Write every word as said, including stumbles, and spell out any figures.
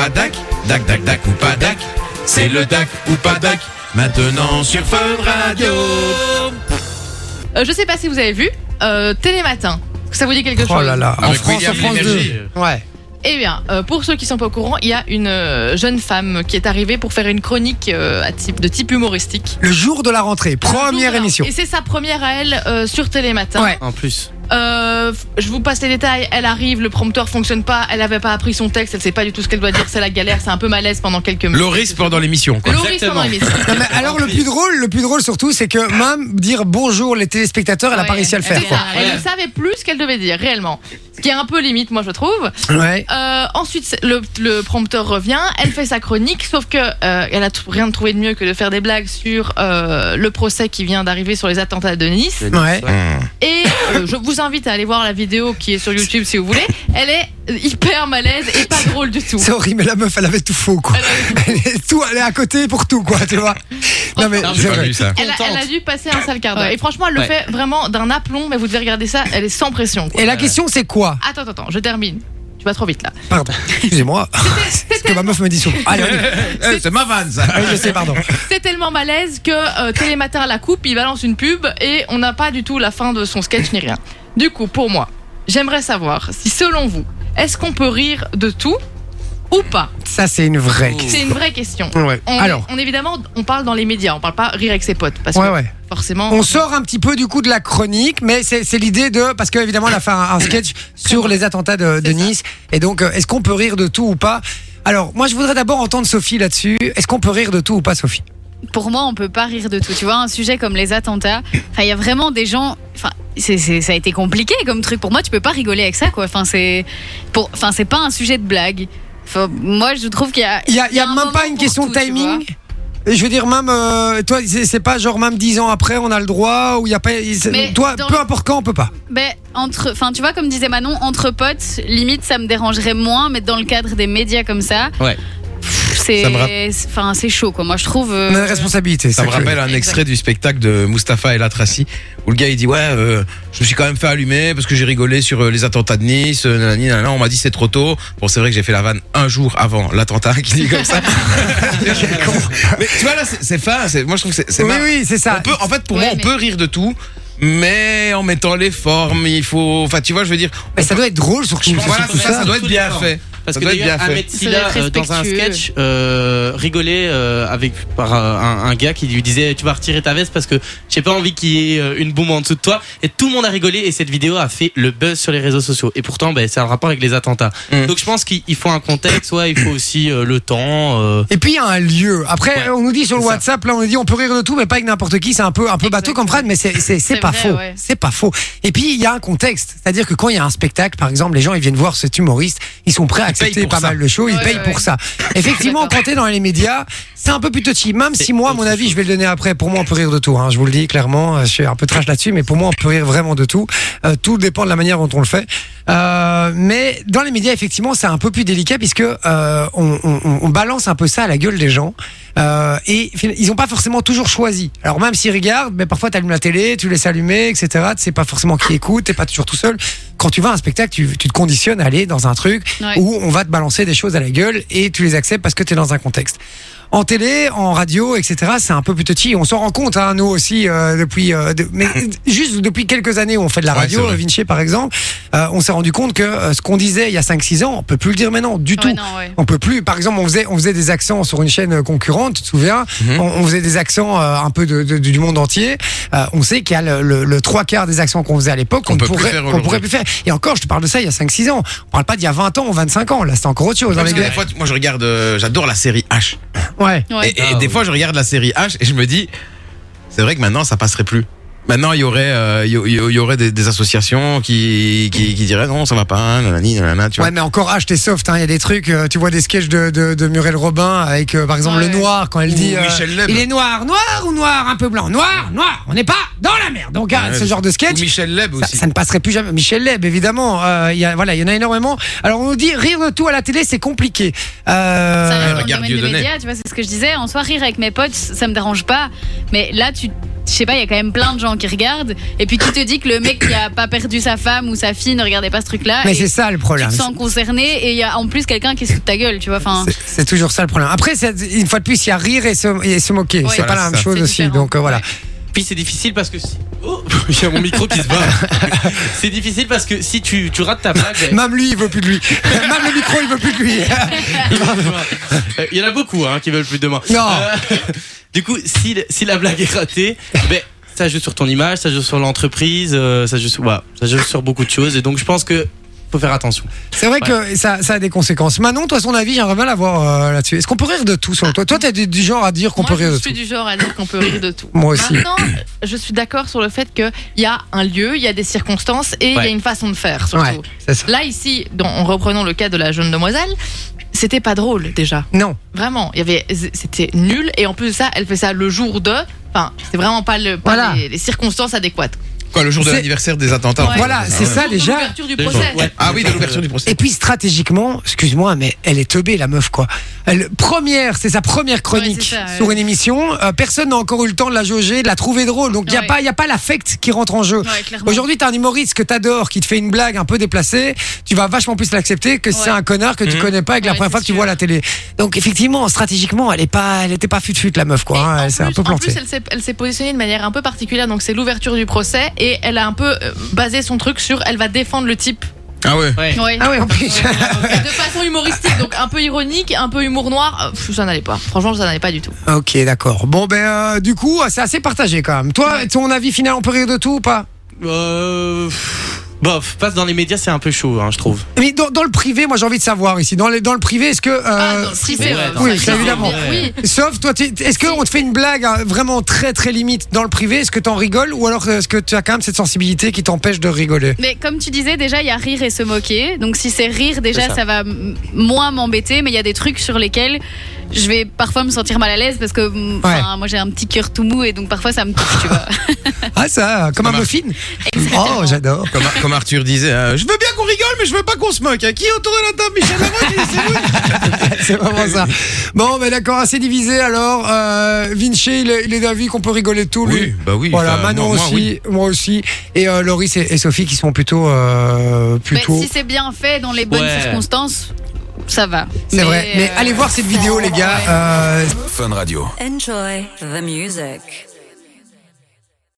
pas dac, dac, dac, dac ou pas dac. C'est le dac ou pas dac, maintenant sur Fun Radio. Euh, je sais pas si vous avez vu euh, Télématin. Ça vous dit quelque chose? Oh là là, en Avec France, William en France Lémergie. deux. Ouais. Eh bien, euh, pour ceux qui sont pas au courant, il y a une euh, jeune femme qui est arrivée pour faire une chronique euh, à type, de type humoristique. Le jour de la rentrée, première émission. Et c'est sa première à elle euh, sur Télématin. Ouais. En plus. Euh, je vous passe les détails. Elle arrive, le prompteur fonctionne pas. Elle avait pas appris son texte. Elle sait pas du tout ce qu'elle doit dire. C'est la galère. C'est un peu malaise pendant quelques minutes. Loris pendant l'émission, quoi. Loris pendant l'émission. Non, mais alors le plus drôle, le plus drôle surtout, c'est que même dire bonjour les téléspectateurs, elle a Ouais, pas réussi à le faire. Elle, Quoi. elle ne savait plus ce qu'elle devait dire réellement. Ce qui est un peu limite, moi je trouve. Ouais. Euh, ensuite, le, le prompteur revient. Elle fait sa chronique, sauf que euh, elle a t- rien trouvé de mieux que de faire des blagues sur euh, le procès qui vient d'arriver sur les attentats de Nice. Ouais. Et euh, je vous invite à aller voir la vidéo qui est sur YouTube si vous voulez. Elle est hyper malaise et pas drôle du tout. C'est horrible, mais la meuf, elle avait tout faux, quoi. Elle est, tout, elle est à côté pour tout, quoi, tu vois. Non, mais Non, c'est j'ai pas vrai. vu ça. Elle a, elle a dû passer un sale quart d'heure. Ouais. Et franchement, elle le Ouais. fait vraiment d'un aplomb, mais vous devez regarder ça, elle est sans pression. Quoi. Et la question, c'est quoi? Attends, attends, attends, je termine. Tu vas trop vite là. Pardon, excusez-moi. C'est ce que ma meuf me dit souvent. Allez, on y va. Eh, c'est ma vanne, ça. Ah oui, je sais, pardon. C'est tellement malaise que euh, Télématin la coupe, il balance une pub et on n'a pas du tout la fin de son sketch ni rien. Du coup, pour moi, j'aimerais savoir si selon vous, est-ce qu'on peut rire de tout ou pas? Ça, c'est une vraie question. C'est une vraie question. Ouais. On, Alors, on évidemment, on parle dans les médias, on parle pas rire avec ses potes parce ouais, que ouais. forcément. On sort un petit peu du coup de la chronique, mais c'est c'est l'idée de parce qu'évidemment elle a fait un, un sketch sur les attentats de, de C'est ça. Nice, et donc euh, est-ce qu'on peut rire de tout ou pas? Alors moi je voudrais d'abord entendre Sophie là-dessus. Est-ce qu'on peut rire de tout ou pas, Sophie? Pour moi, on peut pas rire de tout. Tu vois, un sujet comme les attentats, enfin, il y a vraiment des gens. Enfin, c'est, c'est, ça a été compliqué comme truc. Pour moi, tu peux pas rigoler avec ça, quoi. Enfin, c'est, pour, enfin, c'est pas un sujet de blague. Enfin, moi, je trouve qu'il y a. Il y a, il y a un même pas moment une pour question tout, de tu timing. vois. Et je veux dire même euh, toi c'est c'est pas genre même dix ans après on a le droit ou il y a pas c'est- Mais toi dans peu le- importe quand on peut pas. Ben, entre, enfin, tu vois, comme disait Manon, entre potes, limite, ça me dérangerait moins, mais dans le cadre des médias comme ça. Ouais. pff, C'est, Ça me rapp- c'est- enfin, c'est chaud, quoi. Moi, je trouve. euh, On a une responsabilité. Ça c'est me que- rappelle un Exact. extrait du spectacle de Mustapha El Atrassi où le gars il dit ouais euh, je me suis quand même fait allumer parce que j'ai rigolé sur euh, les attentats de Nice, euh, nanani, nanana. On m'a dit c'est trop tôt. Bon c'est vrai que j'ai fait la vanne un jour avant l'attentat qui dit comme ça. Mais tu vois là c'est, c'est fin. C'est, moi je trouve que c'est, c'est Oui marrant. oui c'est ça. On peut, en fait pour Ouais, moi on mais- peut rire de tout. Mais en mettant les formes, il faut. Enfin, tu vois, je veux dire. Mais ça doit être drôle surtout. Voilà, c'est c'est surtout ça, ça doit être bien fait. Parce Ça que doit être bien d'ailleurs, fait. Ahmed Ça Silla, doit être euh, dans un respectueux. sketch, euh, rigolait euh, avec par euh, un, un gars qui lui disait tu vas retirer ta veste parce que j'ai pas envie qu'il y ait euh, une bombe en dessous de toi. Et tout le monde a rigolé et cette vidéo a fait le buzz sur les réseaux sociaux. Et pourtant, ben, c'est un rapport avec les attentats. Mm. Donc je pense qu'il il faut un contexte, ouais, il faut aussi euh, le temps. euh, Et puis il y a un lieu. Après, Ouais, on nous dit sur le c'est ça. WhatsApp, là, on nous dit on peut rire de tout, mais pas avec n'importe qui. C'est un peu un peu bateau comme phrase, mais c'est c'est c'est C'est pas vrai, faux. ouais. C'est pas faux. Et puis il y a un contexte, c'est-à-dire que quand il y a un spectacle, par exemple, les gens ils viennent voir cet humoriste, ils sont prêts à Ils payent accepter pour pas ça. mal de choses, ils Ouais, payent ouais, pour ouais. ça. Effectivement, D'accord. quand t'es dans les médias, c'est un peu plus touchy. Même si C'est moi, à mon autre avis, chose. je vais le donner après. Pour moi, on peut rire de tout. Hein, je vous le dis clairement. Je suis un peu trash là-dessus, mais pour moi, on peut rire vraiment de tout. Euh, tout dépend de la manière dont on le fait. Euh, mais dans les médias, effectivement, c'est un peu plus délicat puisque euh, on, on, on balance un peu ça à la gueule des gens. Euh, et ils n'ont pas forcément toujours choisi. Alors même s'ils regardent, mais parfois tu allumes la télé, tu laisses allumer, et cetera. Tu sais pas forcément qui écoute, t'es pas toujours tout seul. Quand tu vas à un spectacle, tu, tu te conditionnes à aller dans un truc Ouais. où on va te balancer des choses à la gueule et tu les acceptes parce que tu es dans un contexte. En télé, en radio, et cetera, c'est un peu plus touchy. On s'en rend compte, hein, nous aussi, euh, depuis, euh, de- mais juste depuis quelques années où on fait de la Ouais, radio, c'est vrai. Vinci par exemple, euh, on s'est rendu compte que euh, ce qu'on disait il y a cinq six ans, on peut plus le dire maintenant du Ouais, tout. non, ouais. On peut plus. Par exemple, on faisait, on faisait des accents sur une chaîne euh, concurrente, tu te souviens Mhm. on, on faisait des accents euh, un peu de, de- du monde entier. Euh, on sait qu'il y a le, le- le trois quarts des accents qu'on faisait à l'époque Qu'on qu'on peut plus pourrait, faire qu'on aujourd'hui. pourrait plus faire. Et encore, je te parle de ça il y a cinq six ans. On parle pas d'il y a vingt ans ou vingt-cinq ans. Là, c'est encore autre chose. hein, Parce les que gars. des fois, tu- moi je regarde, euh, j'adore la série H. Ouais. Ouais. Et, et Ah, des oui. fois, je regarde la série H et je me dis, c'est vrai que maintenant, ça passerait plus. Maintenant, il y aurait, euh, il y, il y aurait des, des associations qui, qui, qui diraient non, ça va pas, nanani, nanana, tu vois. Ouais, mais encore H, t'es soft. hein. Il y a des trucs. euh, tu vois des sketchs de, de, de Muriel Robin avec, euh, par exemple, Ouais. le noir quand elle Ou dit. euh, Michel Leb. il est noir, noir ou noir, un peu blanc, noir, noir. On n'est pas dans la merde. Donc, ah, Ouais, ce genre de Ou sketch. Michel Leb Ça, aussi. ça ne passerait plus jamais. Michel Leb, évidemment. Euh, il y a, voilà, il y en a énormément. Alors, on nous dit rire de tout à la télé, c'est compliqué. Euh, Ça reste dans le regarde domaine des Dieudonné. médias, tu vois, c'est ce que je disais. En soi, rire avec mes potes, ça me dérange pas. Mais là, tu je sais pas, il y a quand même plein de gens qui regardent. Et puis qui te dit que le mec qui a pas perdu sa femme ou sa fille ne regardait pas ce truc-là. Mais et c'est ça le tu problème. te sens concerné et il y a en plus quelqu'un qui se fout de ta gueule, tu vois. Enfin, C'est- C'est toujours ça le problème. Après, c'est- une fois de plus, il y a rire et se, et se moquer. Ouais, c'est pas voilà, la même ça. chose C'est aussi. différent. Donc euh, voilà. Ouais. Puis c'est difficile parce que si... Oh, il y a mon micro qui se bat. C'est difficile parce que si tu, tu rates ta blague, Même lui, il veut plus de lui. Même le micro, il veut plus de lui. Euh, il y en a beaucoup hein, qui veulent plus de moi. Non. Euh, du coup, si, si la blague est ratée, ben, ça joue sur ton image, ça joue sur l'entreprise, euh, ça joue sur, voilà, ça joue sur beaucoup de choses. Et donc je pense que faut faire attention. C'est vrai que ça, ça a des conséquences. Manon, toi, son avis, j'aimerais bien l'avoir euh, là-dessus. Est-ce qu'on peut rire de tout selon toi? Toi, t'es du, du genre à dire qu'on Moi, peut rire je de suis tout. du genre à dire qu'on peut rire de tout. Moi aussi. Maintenant, je suis d'accord sur le fait qu'il y a un lieu, il y a des circonstances et il y Ouais. a une façon de faire, surtout. Ouais, c'est ça. Là, ici, dans- en reprenant le cas de la jeune demoiselle, c'était pas drôle déjà. Non. Vraiment, il y avait, c'était nul et en plus de ça, elle fait ça le jour de. Enfin, c'est vraiment pas, le, pas Voilà. les, les circonstances adéquates. Quoi, le jour de C'est- l'anniversaire des attentats. en Ouais. fait. Voilà, c'est ça Le jour de déjà. l'ouverture du Le procès. jour- ouais. Ah oui, de l'ouverture du procès. Et puis stratégiquement, excuse-moi, mais elle est teubée la meuf quoi. Elle, première, c'est sa première chronique Ouais, c'est ça, ouais. sur une émission. Euh, personne n'a encore eu le temps de la jauger, de la trouver drôle. Donc il y a Ouais. pas, il y a pas l'affect qui rentre en jeu. Ouais, clairement. Aujourd'hui, t'as un humoriste que t'adores, qui te fait une blague un peu déplacée, tu vas vachement plus l'accepter que si Ouais. c'est un connard que tu Mhm. connais pas et que la Ouais, première c'est fois que tu sûr. vois à la télé. Donc effectivement, stratégiquement, elle est pas, elle était pas fut-fut la meuf quoi. Et hein. en Elle s'est un plus- peu En plantée. plus, elle s'est, elle s'est positionnée de manière un peu particulière. Donc, c'est l'ouverture du procès et elle a un peu euh, basé son truc sur. Elle va défendre le type Ah ouais. Ouais. Ouais. Ah oui, en plus. de façon humoristique, donc un peu ironique, un peu humour noir. euh, pff, ça n'allait pas. Franchement, ça n'allait pas du tout. Ok, d'accord. Bon ben, euh, du coup, c'est assez partagé quand même. Toi, Ouais. ton avis final, on peut rire de tout ou pas? Euh... Bof, passe dans les médias, c'est un peu chaud, hein, je trouve. Mais dans, dans le privé, moi j'ai envie de savoir ici. Dans, les, dans le privé, est-ce que. euh, Ah, dans le privé, ouais, ouais, dans oui, ça, c'est c'est évidemment. bien, Oui. Sauf toi, tu- est-ce qu'on te fait une blague hein, vraiment très très limite dans le privé? Est-ce que t'en rigoles ou alors est-ce que tu as quand même cette sensibilité qui t'empêche de rigoler? Mais comme tu disais, déjà, il y a rire et se moquer. Donc, si c'est rire, déjà, C'est ça. ça. va m- moins m'embêter. Mais il y a des trucs sur lesquels je vais parfois me sentir mal à l'aise parce que mm, enfin, moi, j'ai un petit cœur tout mou et donc parfois, ça me touche, tu vois. Ah ça, comme un Comme un- muffin. Exactement. Oh, j'adore. Comme, comme Arthur disait, euh, je veux bien qu'on rigole, mais je veux pas qu'on se moque. hein. Qui est autour de la table? Michel Larocque, il dit, c'est vous. C'est vraiment ça. Bon, ben d'accord, assez divisé alors. Euh, Vinci, il est, il est d'avis qu'on peut rigoler de tout, lui. Oui, bah oui. Voilà, enfin, Manon moi- moi, aussi, oui. moi aussi, et euh, Loris et, et Sophie qui sont plutôt, euh, Mais plutôt. si c'est bien fait dans les bonnes Ouais. circonstances, ça va. C'est vrai. Mais euh, allez voir cette vidéo, les gars. ouais. Euh, Fun Radio. Enjoy the music.